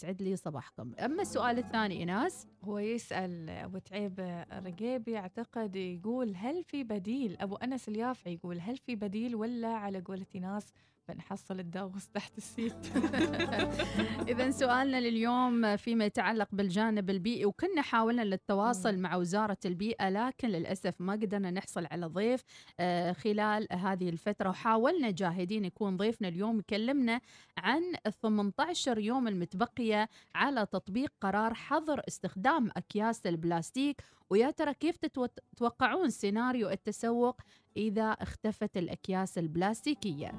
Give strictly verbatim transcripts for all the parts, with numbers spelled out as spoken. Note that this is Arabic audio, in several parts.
يسعد لي صباحكم. أما السؤال الثاني إيناس، هو يسأل أبو تعيب الرقيبي، يعتقد يقول هل في بديل؟ أبو أنس اليافعي يقول هل في بديل ولا على قولة ناس بنحصل الداغوس تحت السيت؟ إذا سؤالنا لليوم فيما يتعلق بالجانب البيئي، وكنا حاولنا للتواصل مع وزارة البيئة لكن للأسف ما قدرنا نحصل على ضيف آه، خلال هذه الفترة، وحاولنا جاهدين يكون ضيفنا اليوم يكلمنا عن ال ثمانية عشر يوم المتبقية على تطبيق قرار حظر استخدام أكياس البلاستيك. ويا ترى كيف تتوقعون سيناريو التسوق إذا اختفت الأكياس البلاستيكية؟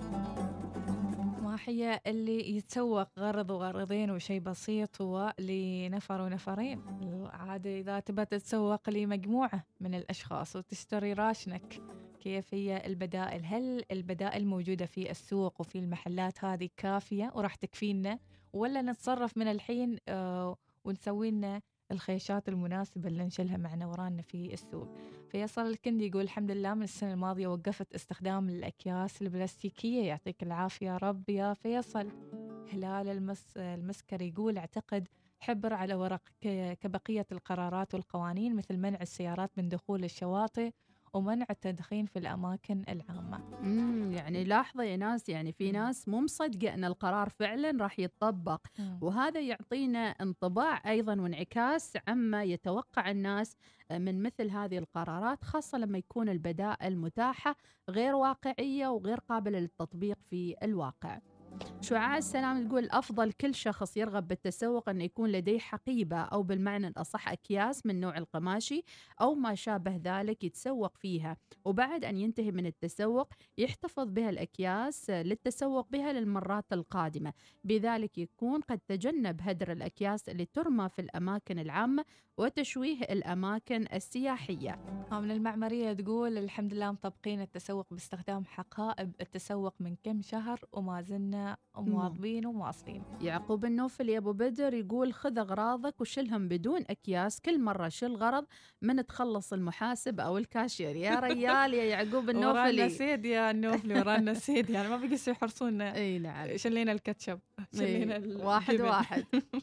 ما هي اللي يتسوق غرض وغرضين وشيء بسيط هو لنفر ونفرين. عادة إذا تبى تتسوق لمجموعة من الأشخاص وتشتري راشنك، كيف هي البدائل؟ هل البدائل موجودة في السوق وفي المحلات هذه كافية وراح تكفينا، ولا نتصرف من الحين آه ونسوي لنا الخيشات المناسبة اللي نشيلها معنا ورانا في السوق؟ فيصل الكندي يقول الحمد لله من السنة الماضية وقفت استخدام الأكياس البلاستيكية، يعطيك العافية يا رب يا فيصل. هلال المس المسكري يقول اعتقد حبر على ورق كبقية القرارات والقوانين، مثل منع السيارات من دخول الشواطئ ومنع التدخين في الأماكن العامة. امم يعني لاحظة يا ناس، يعني في ناس مو مصدقة أن القرار فعلا راح يتطبق، مم. وهذا يعطينا انطباع أيضا وانعكاس عما يتوقع الناس من مثل هذه القرارات، خاصة لما يكون البدائل متاحة غير واقعية وغير قابلة للتطبيق في الواقع. شعاع السلام تقول أفضل كل شخص يرغب بالتسوق أن يكون لديه حقيبة أو بالمعنى الأصح أكياس من نوع القماشي أو ما شابه ذلك يتسوق فيها، وبعد أن ينتهي من التسوق يحتفظ بها الأكياس للتسوق بها للمرات القادمة، بذلك يكون قد تجنب هدر الأكياس اللي ترمى في الأماكن العامة وتشويه الأماكن السياحية. من المعمرية تقول الحمد لله مطبقين التسوق باستخدام حقائب التسوق من كم شهر وما زلنا مواظبين ومواصلين. يعقوب النوفل يا ابو بدر يقول خذ اغراضك وشلهم بدون اكياس، كل مره شل غرض من تخلص المحاسب او الكاشير. يا ريال يا يعقوب النوفلي، ورانا سيد يا النوفلي، ورانا سيد، يعني ما بقيسوا يحرصونا. اي نعم، شلينا الكاتشب، شلينا واحد واحد.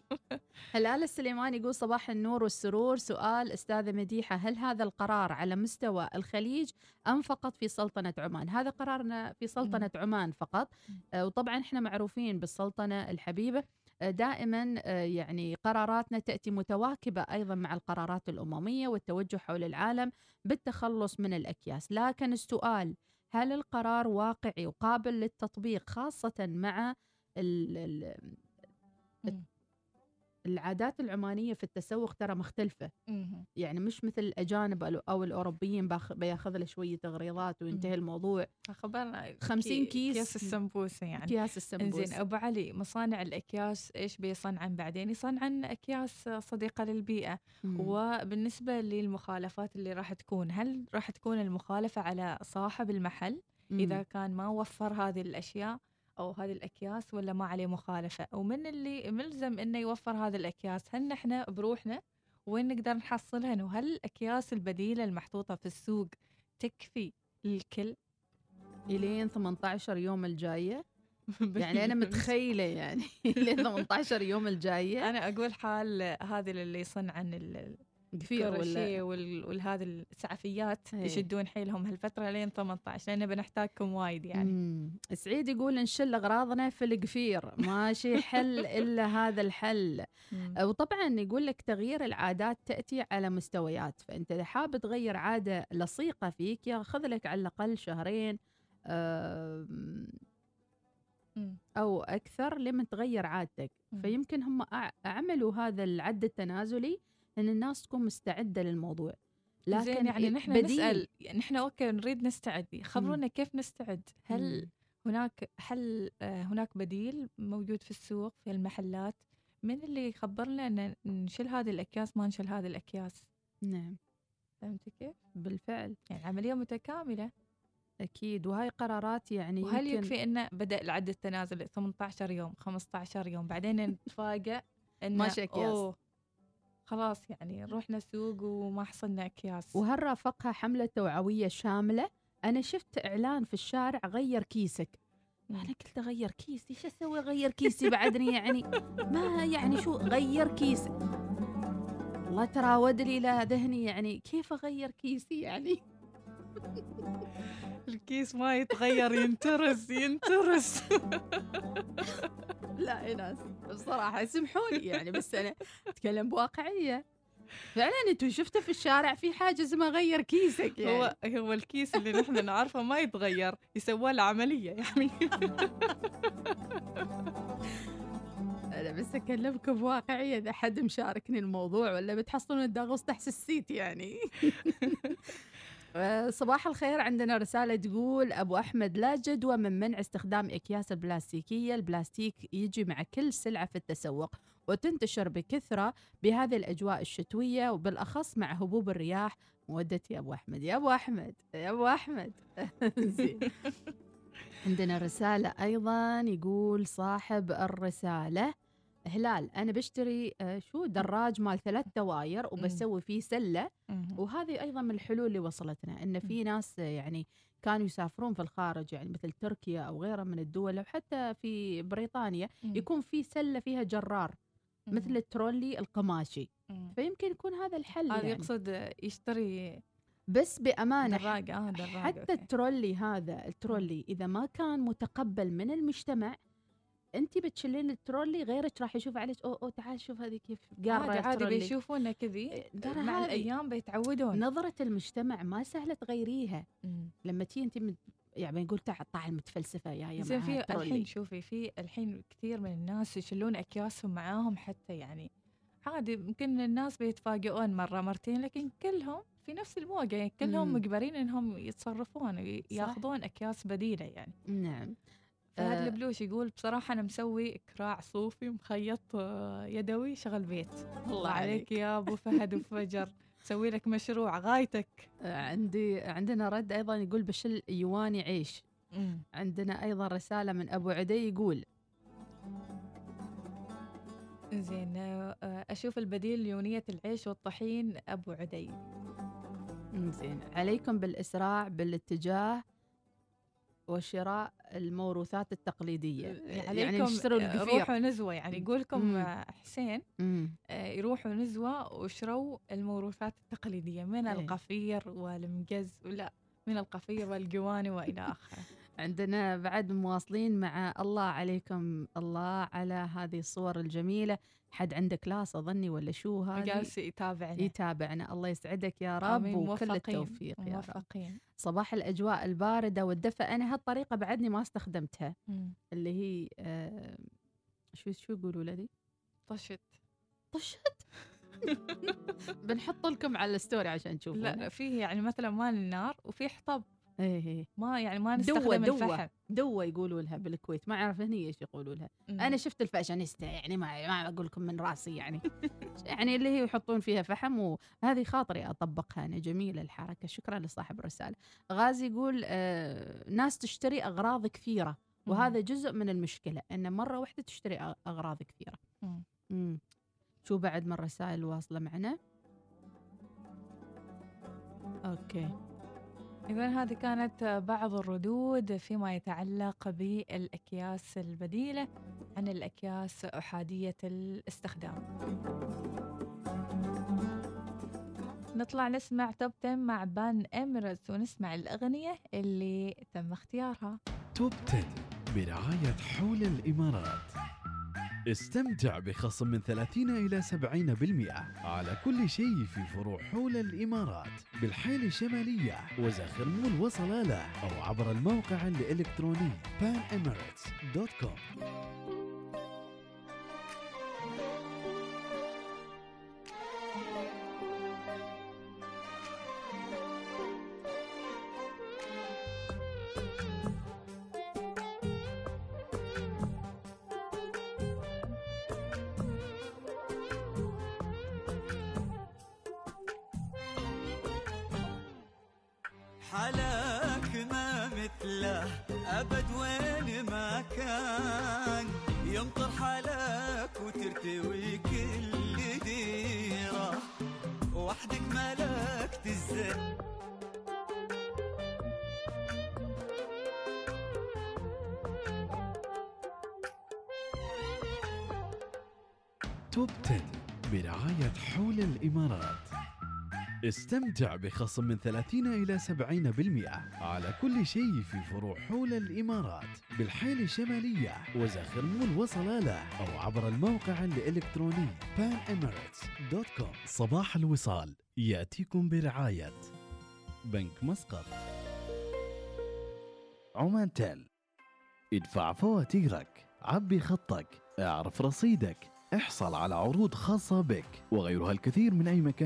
هلال السليمان يقول صباح النور والسرور، سؤال استاذه مديحه، هل هذا القرار على مستوى الخليج ام فقط في سلطنه عمان؟ هذا قرارنا في سلطنه عمان فقط، آه وطبعا احنا معروفين بالسلطنه الحبيبه، آه دائما آه يعني قراراتنا تاتي متواكبه ايضا مع القرارات الامميه والتوجه حول العالم بالتخلص من الاكياس. لكن السؤال، هل القرار واقعي وقابل للتطبيق خاصه مع ال ال العادات العمانية في التسوق ترى مختلفة، يعني مش مثل الأجانب أو الأوروبيين بياخذ له شوية تغريضات وينتهي الموضوع. خبرنا خمسين كيس أكياس السمبوسة، يعني أكياس السمبوسة. إنزين أبو علي، مصانع الأكياس إيش بيصنعن بعدين؟ يصنعن أكياس صديقة للبيئة. مم. وبالنسبة للمخالفات اللي راح تكون، هل راح تكون المخالفة على صاحب المحل مم. إذا كان ما وفر هذه الأشياء أو هذه الأكياس، ولا ما عليه مخالفة؟ ومن اللي ملزم إنه يوفر هذه الأكياس؟ هل نحن بروحنا وين نقدر نحصلهن؟ وهل الأكياس البديلة المحطوطة في السوق تكفي للكل إلين ثمانية عشر يوم الجاية؟ يعني أنا متخيلة يعني إلين ثمانية عشر يوم الجاية. أنا أقول حال هذه اللي يصنعن قفير ولا والهذا السعفيات يشدون حيلهم هالفترة لين ثمانية عشر، لأن بنحتاجكم وايد يعني. مم. سعيد يقول نشل أغراضنا في القفير، ماشي حل إلا هذا الحل. وطبعا يقول لك تغيير العادات تأتي على مستويات، فأنت إذا حاب تغير عادة لصيقة فيك ياخذ لك على الأقل شهرين أو أكثر لمن تغير عادتك. فيمكن هم عملوا هذا العد التنازلي ان الناس تكون مستعده للموضوع. لكن يعني نحن نسال، يعني نحن اوكي نريد نستعد، خبرونا كيف نستعد. هل مم. هناك هل هناك بديل موجود في السوق في المحلات؟ من اللي يخبرنا ان نشيل هذه الاكياس ما نشيل هذه الاكياس؟ نعم، فهمت كيف؟ بالفعل يعني عمليه متكامله اكيد، وهاي قرارات يعني. وهل يمكن يكفي انه بدا العد التنازلي ثمانية عشر يوم خمسة عشر يوم بعدين نتفاجئ انه ماشي اكياس، خلاص يعني رحنا سوق وما حصلنا أكياس؟ وهل رافقها حملة توعوية شاملة؟ أنا شفت إعلان في الشارع غير كيسك، أنا قلت أغير كيسي، شو أسوي أغير كيسي بعدني يعني ما يعني شو غير كيس، والله تراود لي إلى ذهني يعني كيف أغير كيسي يعني. الكيس ما يتغير، ينترس ينترس. لا يا ناس بصراحة سامحوني يعني، بس أنا أتكلم بواقعية. فعلا انتوا شفتوا في الشارع في حاجة اسمها غير كيسك يعني. هو هو الكيس اللي نحن نعرفه ما يتغير، يسوى له عملية يعني. أنا بس أكلمكم بواقعية، إذا حد مشاركني الموضوع ولا بتحصلون الداغوس تحت السيت يعني. صباح الخير، عندنا رسالة تقول أبو أحمد لا جدوى من منع استخدام أكياس البلاستيكية. البلاستيك يجي مع كل سلعة في التسوق وتنتشر بكثرة بهذه الأجواء الشتوية وبالأخص مع هبوب الرياح. مودتي يا أبو أحمد، يا أبو أحمد يا أبو أحمد. زين. عندنا رسالة أيضا يقول صاحب الرسالة هلال، أنا بشتري شو دراج مال ثلاث دواير وبسوي فيه سلة. وهذه أيضا من الحلول اللي وصلتنا، إن في ناس يعني كانوا يسافرون في الخارج يعني مثل تركيا أو غيرها من الدول أو حتى في بريطانيا يكون في سلة فيها جرار مثل الترولي القماشي، فيمكن يكون هذا الحل. هذا يعني يقصد يشتري بس بأمانة دراج. آه دراج حتى أوكي. الترولي هذا الترولي إذا ما كان متقبل من المجتمع، انت بتشلين الترولي غيرك راح يشوف عليك، او او تعال شوف هذه كيف قاره عادي, عادي ترولي. بيشوفونه كذي مع الايام بيتعودون. نظره المجتمع ما سهله تغيريها. مم. لما تي انت مت... يعني نقول تعال المتفلسفه يا يا زين. في الحين شوفي في الحين كثير من الناس يشيلون اكياسهم معاهم، حتى يعني عادي يمكن الناس بيتفاجئون مره مرتين، لكن كلهم في نفس الموقع يعني كلهم مم. مجبرين انهم يتصرفون وياخذون اكياس بديله يعني. نعم. فهد أه البلوش يقول بصراحة أنا مسوي إكراع صوفي مخيط يدوي شغل بيت. الله عليك يا أبو فهد وفجر، سوي لك مشروع غايتك. عندي عندنا رد أيضا يقول بشل يواني عيش. مم. عندنا أيضا رسالة من أبو عدي يقول زين أشوف البديل ليونية العيش والطحين. أبو عدي زين، عليكم بالإسراع بالاتجاه وشراء الموروثات التقليدية. يعني يشتروا القفير، يروحوا نزوة يعني يقول لكم حسين مم. يروحوا نزوة وشروا الموروثات التقليدية من ايه؟ القفير والمجز، ولا من القفير والقواني وإلى آخره. عندنا بعد مواصلين مع الله عليكم الله على هذه الصور الجميلة. حد عنده كلاس أظني ولا شو هذه؟ جالس يتابعنا يتابعنا الله يسعدك يا رب وكل التوفيق يا موفقين. رب. صباح الأجواء الباردة والدفء. أنا هالطريقة بعدني ما استخدمتها. مم. اللي هي آه شو شو يقولوا لدي؟ طشت طشت. بنحط لكم على الستوري عشان تشوفوا. لا فيه يعني مثلا مال النار وفي حطب. ايه ما يعني ما نستخدم دوة الفحم. دوة يقولوا لها بالكويت، ما اعرف هني ايش يقولوا لها. مم. انا شفت الفاشينيستا يعني ما ما اقول لكم من راسي يعني. يعني اللي هي يحطون فيها فحم، وهذه خاطري اطبقها انا. جميله الحركه. شكرا لصاحب الرساله. غازي يقول آه ناس تشتري اغراض كثيره، وهذا جزء من المشكله ان مره واحده تشتري اغراض كثيره. مم. مم. شو بعد من رسائل واصله معنا؟ اوكي. إذن هذه كانت بعض الردود فيما يتعلق بالأكياس البديلة عن الأكياس أحادية الاستخدام. نطلع نسمع توب عشرة مع بان إميريتس ونسمع الأغنية اللي تم اختيارها. توب عشرة برعاية حول الإمارات. استمتع بخصم من ثلاثين إلى سبعين بالمئة على كل شيء في فروع حول الإمارات بالحيل الشمالية وزاخر مول وصلالة، أو عبر الموقع الإلكتروني بان إميريتس دوت كوم. حلاك ما مثله أبد وين ما كان، يمطر حلاك وترتوي كل ديرة، وحدك ملكت الزين. توب عشرة برعاية حول الإمارات. استمتع بخصم من ثلاثين إلى سبعين بالمئة على كل شيء في فروع حول الإمارات بالحيل الشمالية وزاخر مول وصلالة أو عبر الموقع الإلكتروني بان إماراتس دوت كوم. صباح الوصال يأتيكم برعاية بنك مسقط، عمان تيل. ادفع فواتيرك، عبي خطك، اعرف رصيدك، احصل على عروض خاصة بك وغيرها الكثير من أي مكان